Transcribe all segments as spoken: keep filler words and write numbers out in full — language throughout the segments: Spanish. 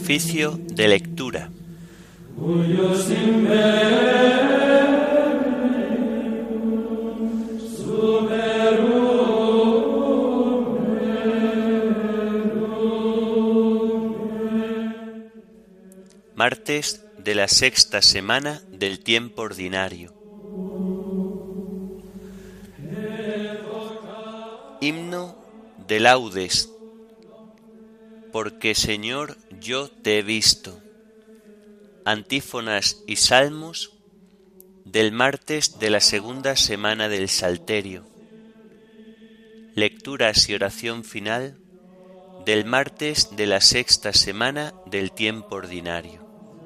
Oficio de lectura. Martes de la sexta semana del tiempo ordinario. Himno de laudes. Porque Señor, yo te he visto. Antífonas y salmos del martes de la segunda semana del Salterio. Lecturas y oración final del martes de la sexta semana del tiempo ordinario.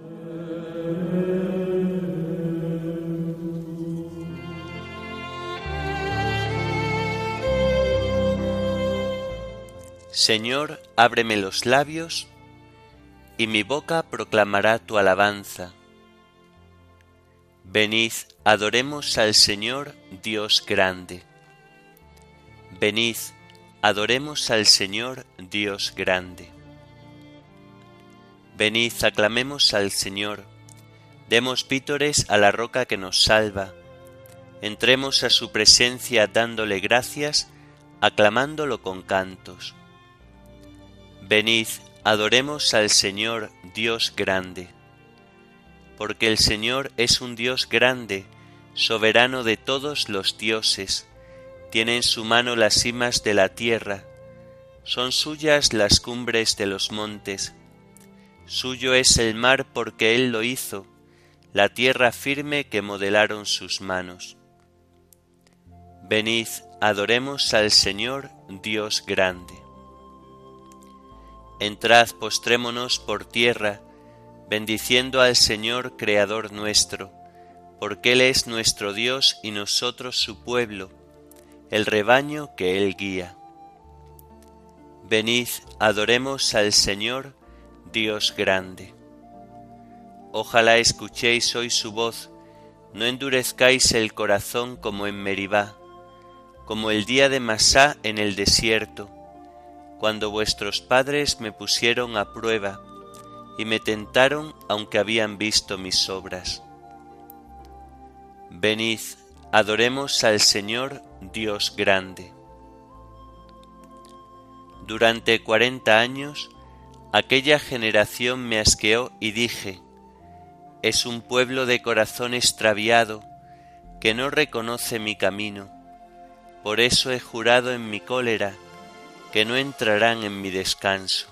Señor, ábreme los labios, y mi boca proclamará tu alabanza. Venid, adoremos al Señor Dios grande. Venid, adoremos al Señor Dios grande. Venid, aclamemos al Señor, demos vítores a la roca que nos salva. Entremos a su presencia dándole gracias, aclamándolo con cantos. Venid, adoremos al Señor Dios grande, porque el Señor es un Dios grande, soberano de todos los dioses, tiene en su mano las cimas de la tierra, son suyas las cumbres de los montes, suyo es el mar porque Él lo hizo, la tierra firme que modelaron sus manos. Venid, adoremos al Señor Dios grande. Entrad, postrémonos por tierra, bendiciendo al Señor Creador nuestro, porque Él es nuestro Dios y nosotros su pueblo, el rebaño que Él guía. Venid, adoremos al Señor, Dios grande. Ojalá escuchéis hoy su voz, no endurezcáis el corazón como en Meribá, como el día de Masá en el desierto, cuando vuestros padres me pusieron a prueba y me tentaron aunque habían visto mis obras. Venid, adoremos al Señor Dios grande. Durante cuarenta años aquella generación me asqueó y dije, es un pueblo de corazón extraviado que no reconoce mi camino, por eso he jurado en mi cólera que no entrarán en mi descanso.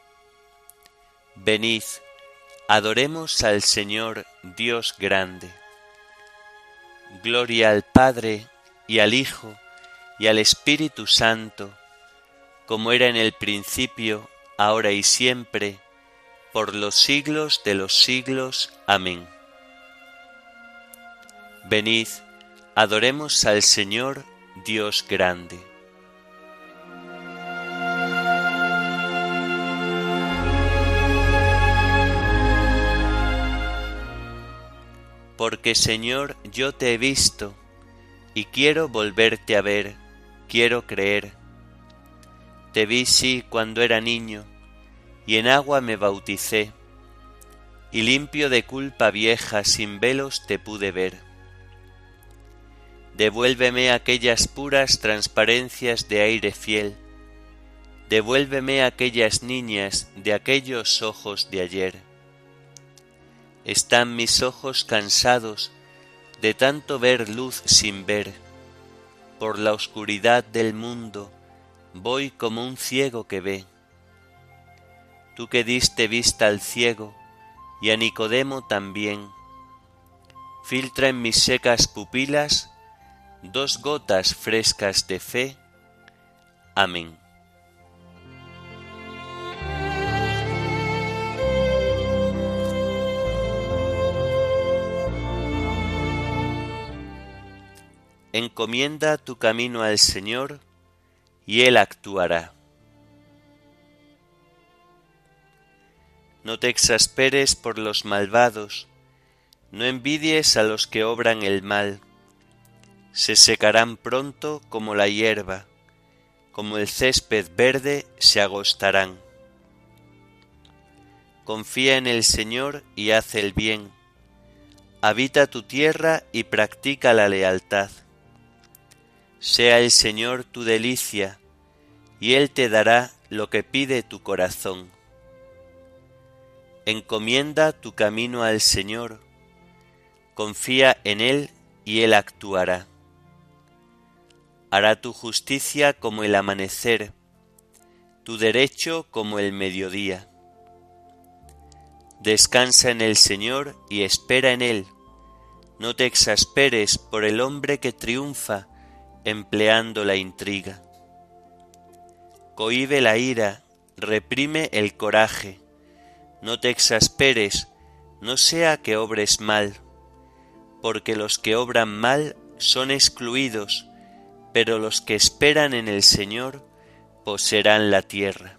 Venid, adoremos al Señor Dios grande. Gloria al Padre, y al Hijo, y al Espíritu Santo, como era en el principio, ahora y siempre, por los siglos de los siglos. Amén. Venid, adoremos al Señor Dios grande. Porque Señor, yo te he visto, y quiero volverte a ver, quiero creer. Te vi sí cuando era niño, y en agua me bauticé, y limpio de culpa vieja sin velos te pude ver. Devuélveme aquellas puras transparencias de aire fiel, devuélveme aquellas niñas de aquellos ojos de ayer. Están mis ojos cansados de tanto ver luz sin ver. Por la oscuridad del mundo voy como un ciego que ve. Tú que diste vista al ciego y a Nicodemo también, filtra en mis secas pupilas dos gotas frescas de fe. Amén. Encomienda tu camino al Señor, y Él actuará. No te exasperes por los malvados, no envidies a los que obran el mal. Se secarán pronto como la hierba, como el césped verde se agostarán. confía en el Señor y haz el bien. Habita tu tierra y practica la lealtad. Sea el Señor tu delicia, y Él te dará lo que pide tu corazón. Encomienda tu camino al Señor, confía en Él y Él actuará. Hará tu justicia como el amanecer, tu derecho como el mediodía. Descansa en el Señor y espera en Él. No te exasperes por el hombre que triunfa empleando la intriga. Cohíbe la ira, reprime el coraje. No te exasperes, no sea que obres mal, porque los que obran mal son excluidos, pero los que esperan en el Señor poseerán la tierra.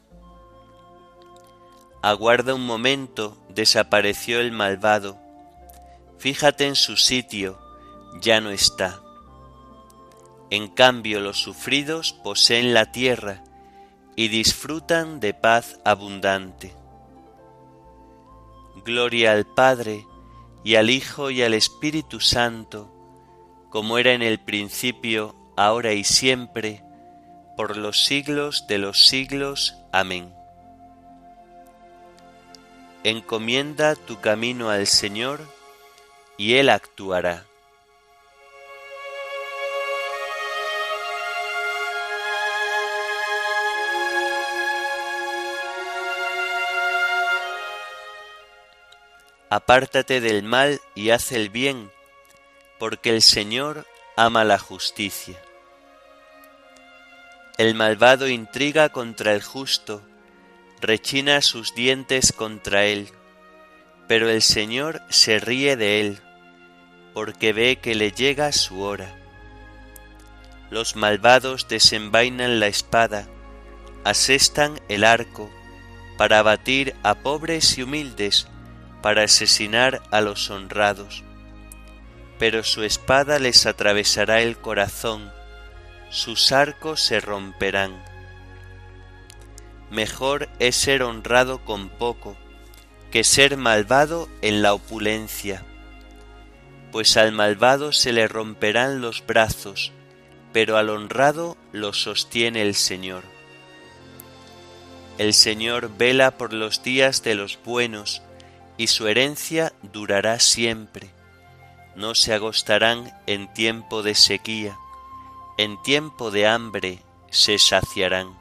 Aguarda un momento, desapareció el malvado. Fíjate en su sitio, ya no está. En cambio, los sufridos poseen la tierra y disfrutan de paz abundante. Gloria al Padre, y al Hijo y al Espíritu Santo, como era en el principio, ahora y siempre, por los siglos de los siglos. Amén. Encomienda tu camino al Señor, y Él actuará. Apártate del mal y haz el bien, porque el Señor ama la justicia. El malvado intriga contra el justo, rechina sus dientes contra él, pero el Señor se ríe de él, porque ve que le llega su hora. Los malvados desenvainan la espada, asestan el arco, para abatir a pobres y humildes, para asesinar a los honrados. Pero su espada les atravesará el corazón, sus arcos se romperán. Mejor es ser honrado con poco, que ser malvado en la opulencia, pues al malvado se le romperán los brazos, pero al honrado lo sostiene el Señor. El Señor vela por los días de los buenos, y su herencia durará siempre. No se agostarán en tiempo de sequía, en tiempo de hambre se saciarán.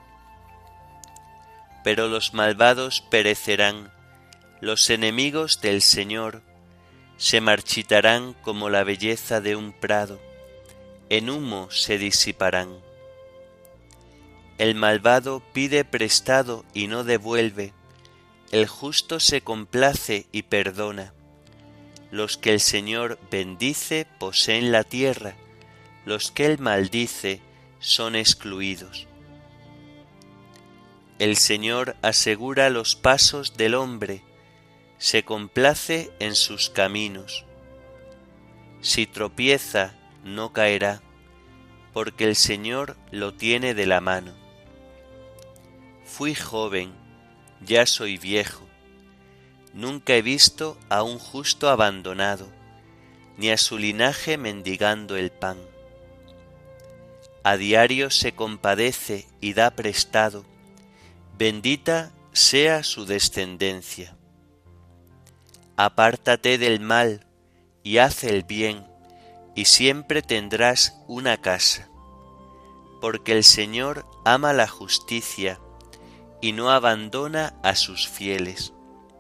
Pero los malvados perecerán, los enemigos del Señor se marchitarán como la belleza de un prado, en humo se disiparán. El malvado pide prestado y no devuelve, el justo se complace y perdona. Los que el Señor bendice poseen la tierra, los que Él maldice son excluidos. El Señor asegura los pasos del hombre, se complace en sus caminos. Si tropieza, no caerá, porque el Señor lo tiene de la mano. Fui joven, ya soy viejo, nunca he visto a un justo abandonado, ni a su linaje mendigando el pan. A diario se compadece y da prestado, bendita sea su descendencia. Apártate del mal y haz el bien, y siempre tendrás una casa, porque el Señor ama la justicia y no abandona a sus fieles.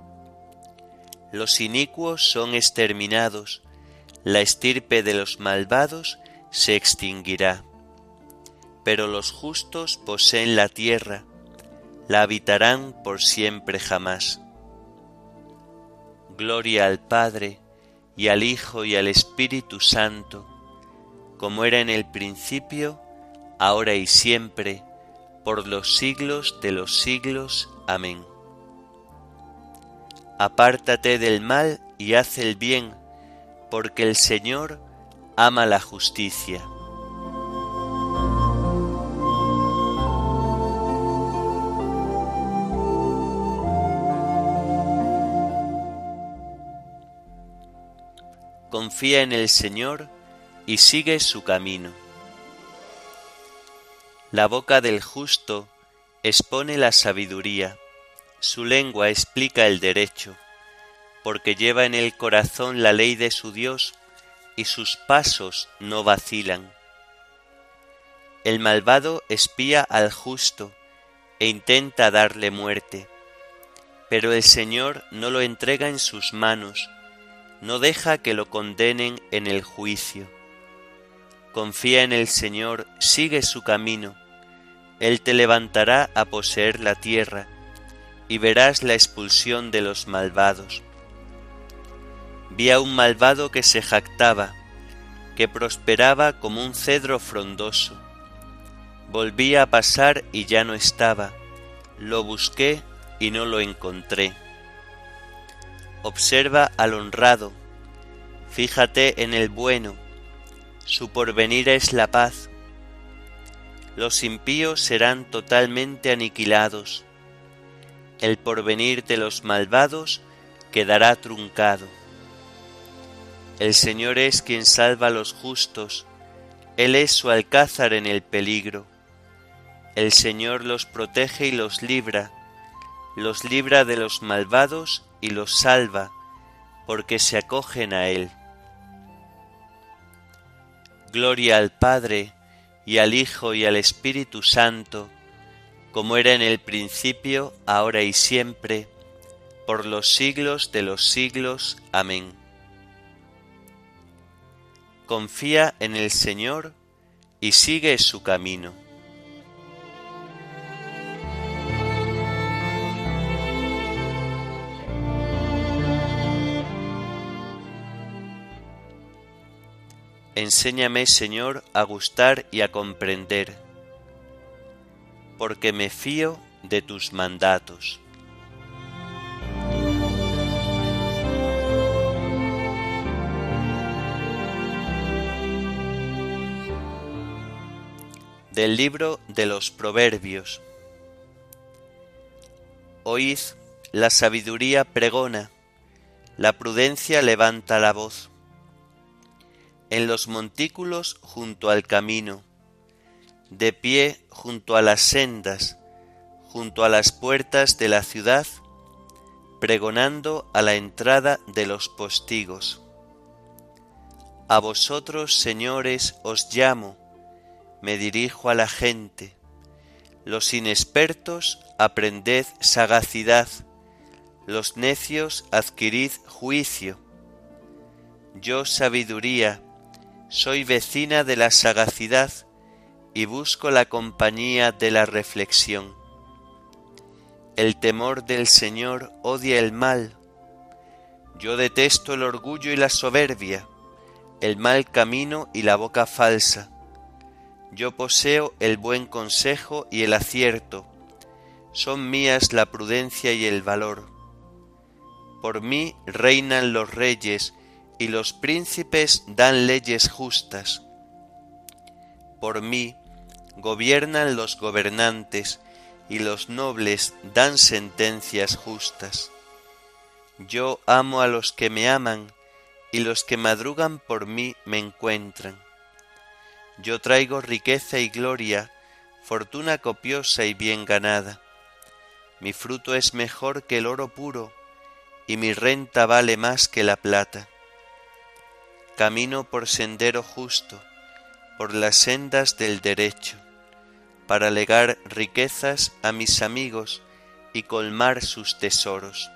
Los inicuos son exterminados, la estirpe de los malvados se extinguirá, pero los justos poseen la tierra, la habitarán por siempre jamás. Gloria al Padre, y al Hijo y al Espíritu Santo, como era en el principio, ahora y siempre, por los siglos de los siglos. Amén. Apártate del mal y haz el bien, porque el Señor ama la justicia. confía en el Señor y sigue su camino. La boca del justo expone la sabiduría, su lengua explica el derecho, porque lleva en el corazón la ley de su Dios y sus pasos no vacilan. El malvado espía al justo e intenta darle muerte, pero el Señor no lo entrega en sus manos, no deja que lo condenen en el juicio. Confía en el Señor, sigue su camino, Él te levantará a poseer la tierra, y verás la expulsión de los malvados. Vi a un malvado que se jactaba, que prosperaba como un cedro frondoso. Volví a pasar y ya no estaba, lo busqué y no lo encontré. Observa al honrado, fíjate en el bueno, su porvenir es la paz. Los impíos serán totalmente aniquilados, el porvenir de los malvados quedará truncado. El Señor es quien salva a los justos, Él es su alcázar en el peligro. El Señor los protege y los libra, los libra de los malvados y los salva, porque se acogen a Él. Gloria al Padre, y al Hijo, y al Espíritu Santo, como era en el principio, ahora y siempre, por los siglos de los siglos. Amén. Confía en el Señor y sigue su camino. Enséñame, Señor, a gustar y a comprender, porque me fío de tus mandatos. Del libro de los Proverbios. Oíd, la sabiduría pregona, la prudencia levanta la voz. En los montículos junto al camino, de pie junto a las sendas, junto a las puertas de la ciudad, pregonando a la entrada de los postigos. A vosotros, señores, os llamo, me dirijo a la gente. Los inexpertos, aprended sagacidad, los necios, adquirid juicio. Yo, sabiduría, soy vecina de la sagacidad y busco la compañía de la reflexión. El temor del Señor odia el mal. Yo detesto el orgullo y la soberbia, el mal camino y la boca falsa. Yo poseo el buen consejo y el acierto. Son mías la prudencia y el valor. Por mí reinan los reyes y los príncipes dan leyes justas. Por mí gobiernan los gobernantes y los nobles dan sentencias justas. Yo amo a los que me aman y los que madrugan por mí me encuentran. Yo traigo riqueza y gloria, fortuna copiosa y bien ganada. Mi fruto es mejor que el oro puro y mi renta vale más que la plata. Camino por sendero justo, por las sendas del derecho, para legar riquezas a mis amigos y colmar sus tesoros.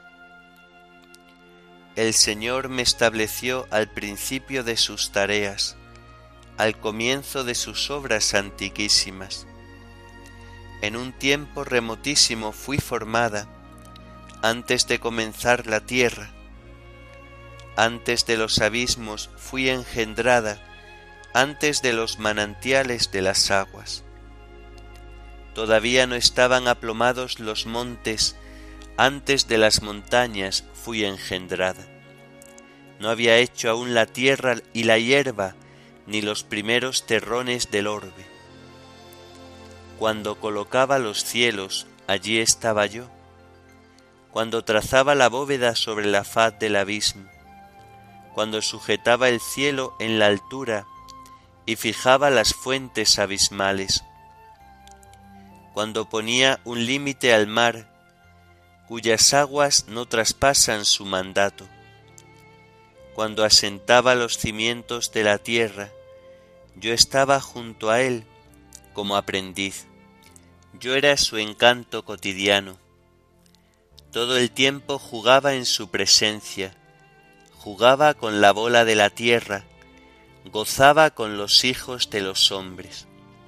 El Señor me estableció al principio de sus tareas, al comienzo de sus obras antiquísimas. En un tiempo remotísimo fui formada, antes de comenzar la tierra. Antes de los abismos fui engendrada, antes de los manantiales de las aguas. Todavía no estaban aplomados los montes, antes de las montañas fui engendrada. No había hecho aún la tierra y la hierba, ni los primeros terrones del orbe. Cuando colocaba los cielos, allí estaba yo. Cuando trazaba la bóveda sobre la faz del abismo, cuando sujetaba el cielo en la altura y fijaba las fuentes abismales, cuando ponía un límite al mar, cuyas aguas no traspasan su mandato, cuando asentaba los cimientos de la tierra, yo estaba junto a él como aprendiz. Yo era su encanto cotidiano. Todo el tiempo jugaba en su presencia, jugaba con la bola de la tierra, gozaba con los hijos de los hombres.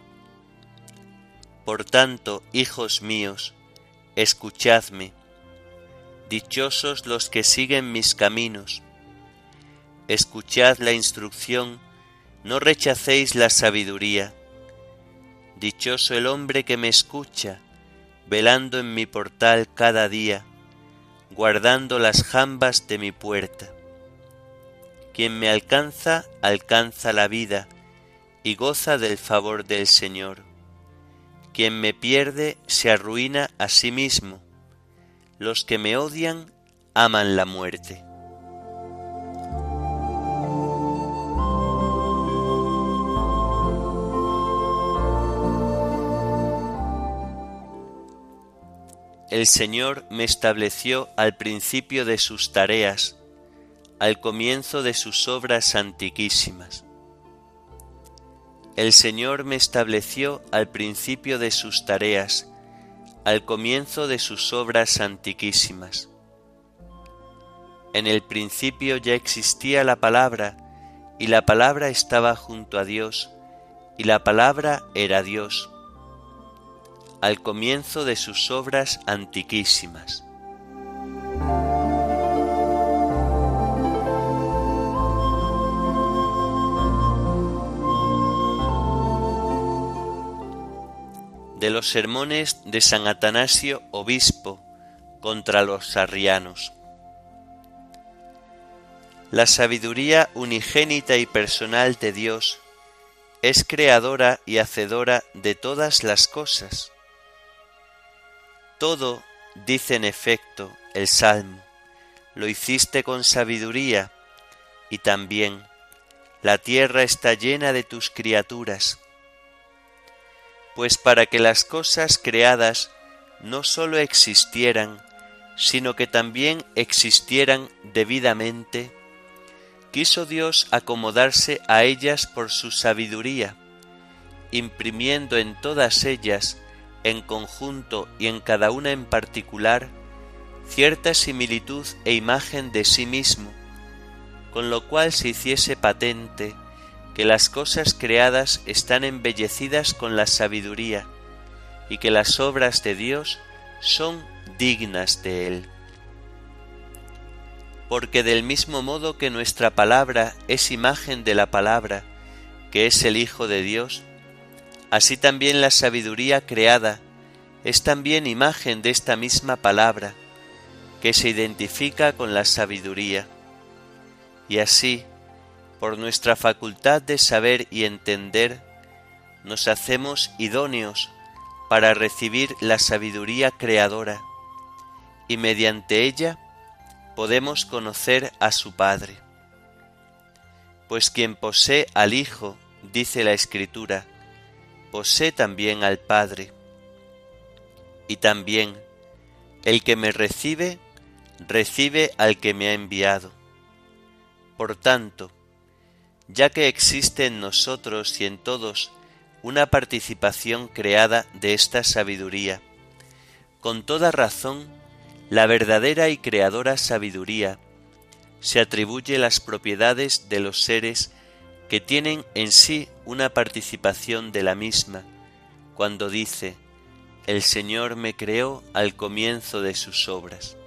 Por tanto, hijos míos, escuchadme, dichosos los que siguen mis caminos. Escuchad la instrucción, no rechacéis la sabiduría. Dichoso el hombre que me escucha, velando en mi portal cada día, guardando las jambas de mi puerta. Quien me alcanza, alcanza la vida, y goza del favor del Señor. Quien me pierde, se arruina a sí mismo. Los que me odian, aman la muerte. El Señor me estableció al principio de sus tareas, al comienzo de sus obras antiquísimas. El Señor me estableció al principio de sus tareas, al comienzo de sus obras antiquísimas. En el principio ya existía la palabra, y la palabra estaba junto a Dios, y la palabra era Dios, al comienzo de sus obras antiquísimas. De los sermones de San Atanasio, obispo, contra los arrianos. La sabiduría unigénita y personal de Dios es creadora y hacedora de todas las cosas. Todo, dice en efecto el Salmo, lo hiciste con sabiduría, y también la tierra está llena de tus criaturas. Pues para que las cosas creadas no sólo existieran, sino que también existieran debidamente, quiso Dios acomodarse a ellas por su sabiduría, imprimiendo en todas ellas, en conjunto y en cada una en particular, cierta similitud e imagen de sí mismo, con lo cual se hiciese patente que las cosas creadas están embellecidas con la sabiduría y que las obras de Dios son dignas de Él. Porque del mismo modo que nuestra palabra es imagen de la palabra, que es el Hijo de Dios, así también la sabiduría creada es también imagen de esta misma palabra, que se identifica con la sabiduría. Y así, por nuestra facultad de saber y entender, nos hacemos idóneos para recibir la sabiduría creadora, y mediante ella podemos conocer a su Padre. Pues quien posee al Hijo, dice la Escritura, posee también al Padre. Y también, el que me recibe, recibe al que me ha enviado. Por tanto, ya que existe en nosotros y en todos una participación creada de esta sabiduría, con toda razón, la verdadera y creadora sabiduría se atribuye las propiedades de los seres que tienen en sí una participación de la misma, cuando dice: el Señor me creó al comienzo de sus obras.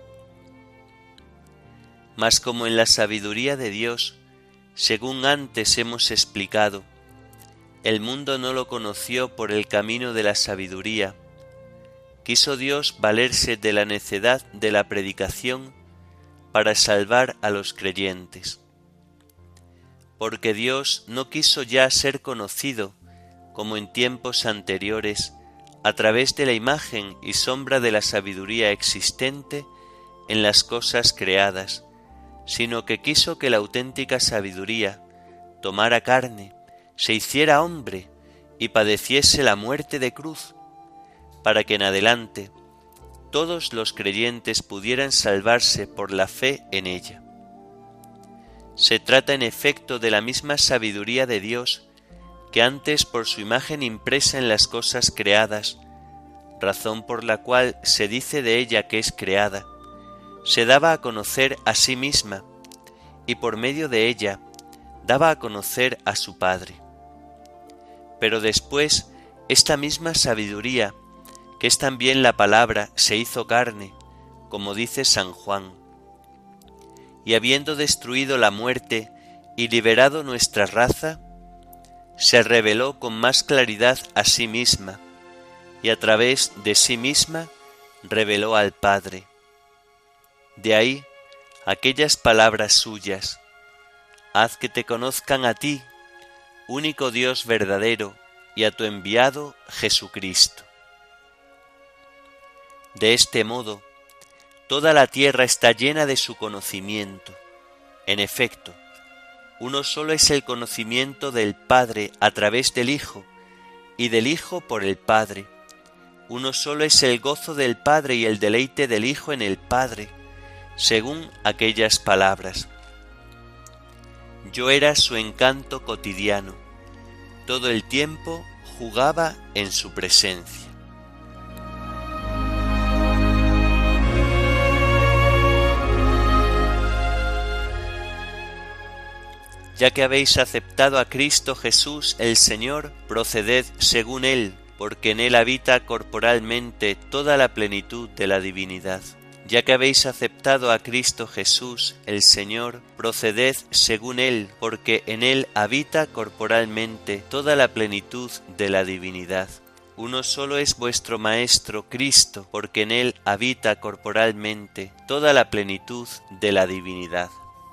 Mas como en la sabiduría de Dios, según antes hemos explicado, el mundo no lo conoció por el camino de la sabiduría, quiso Dios valerse de la necedad de la predicación para salvar a los creyentes. Porque Dios no quiso ya ser conocido, como en tiempos anteriores, a través de la imagen y sombra de la sabiduría existente en las cosas creadas, sino que quiso que la auténtica sabiduría tomara carne, se hiciera hombre y padeciese la muerte de cruz, para que en adelante todos los creyentes pudieran salvarse por la fe en ella. Se trata en efecto de la misma sabiduría de Dios que antes, por su imagen impresa en las cosas creadas, razón por la cual se dice de ella que es creada, se daba a conocer a sí misma y por medio de ella daba a conocer a su Padre. Pero después esta misma sabiduría, que es también la palabra, se hizo carne, como dice San Juan, y habiendo destruido la muerte y liberado nuestra raza, se reveló con más claridad a sí misma, y a través de sí misma reveló al Padre. De ahí aquellas palabras suyas: haz que te conozcan a ti, único Dios verdadero, y a tu enviado Jesucristo. De este modo, toda la tierra está llena de su conocimiento. En efecto, uno solo es el conocimiento del Padre a través del Hijo, y del Hijo por el Padre. Uno solo es el gozo del Padre y el deleite del Hijo en el Padre, según aquellas palabras: yo era su encanto cotidiano, todo el tiempo jugaba en su presencia. Ya que habéis aceptado a Cristo Jesús el Señor, proceded según Él, porque en Él habita corporalmente toda la plenitud de la divinidad. Ya que habéis aceptado a Cristo Jesús el Señor, proceded según Él, porque en Él habita corporalmente toda la plenitud de la divinidad. Uno solo es vuestro Maestro, Cristo, porque en Él habita corporalmente toda la plenitud de la divinidad.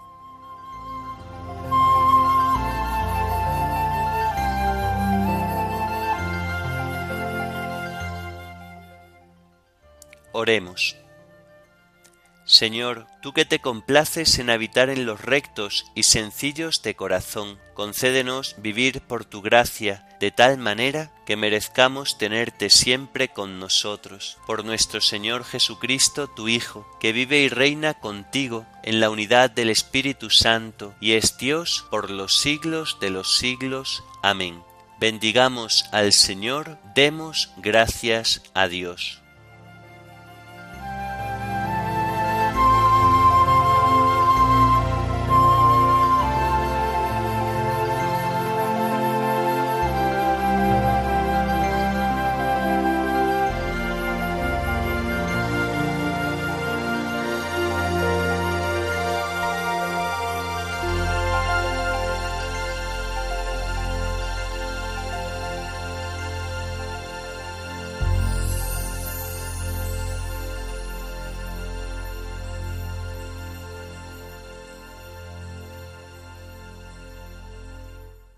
Oremos. Señor, tú que te complaces en habitar en los rectos y sencillos de corazón, concédenos vivir por tu gracia de tal manera que merezcamos tenerte siempre con nosotros. Por nuestro Señor Jesucristo, tu Hijo, que vive y reina contigo en la unidad del Espíritu Santo y es Dios por los siglos de los siglos. Amén. Bendigamos al Señor, demos gracias a Dios.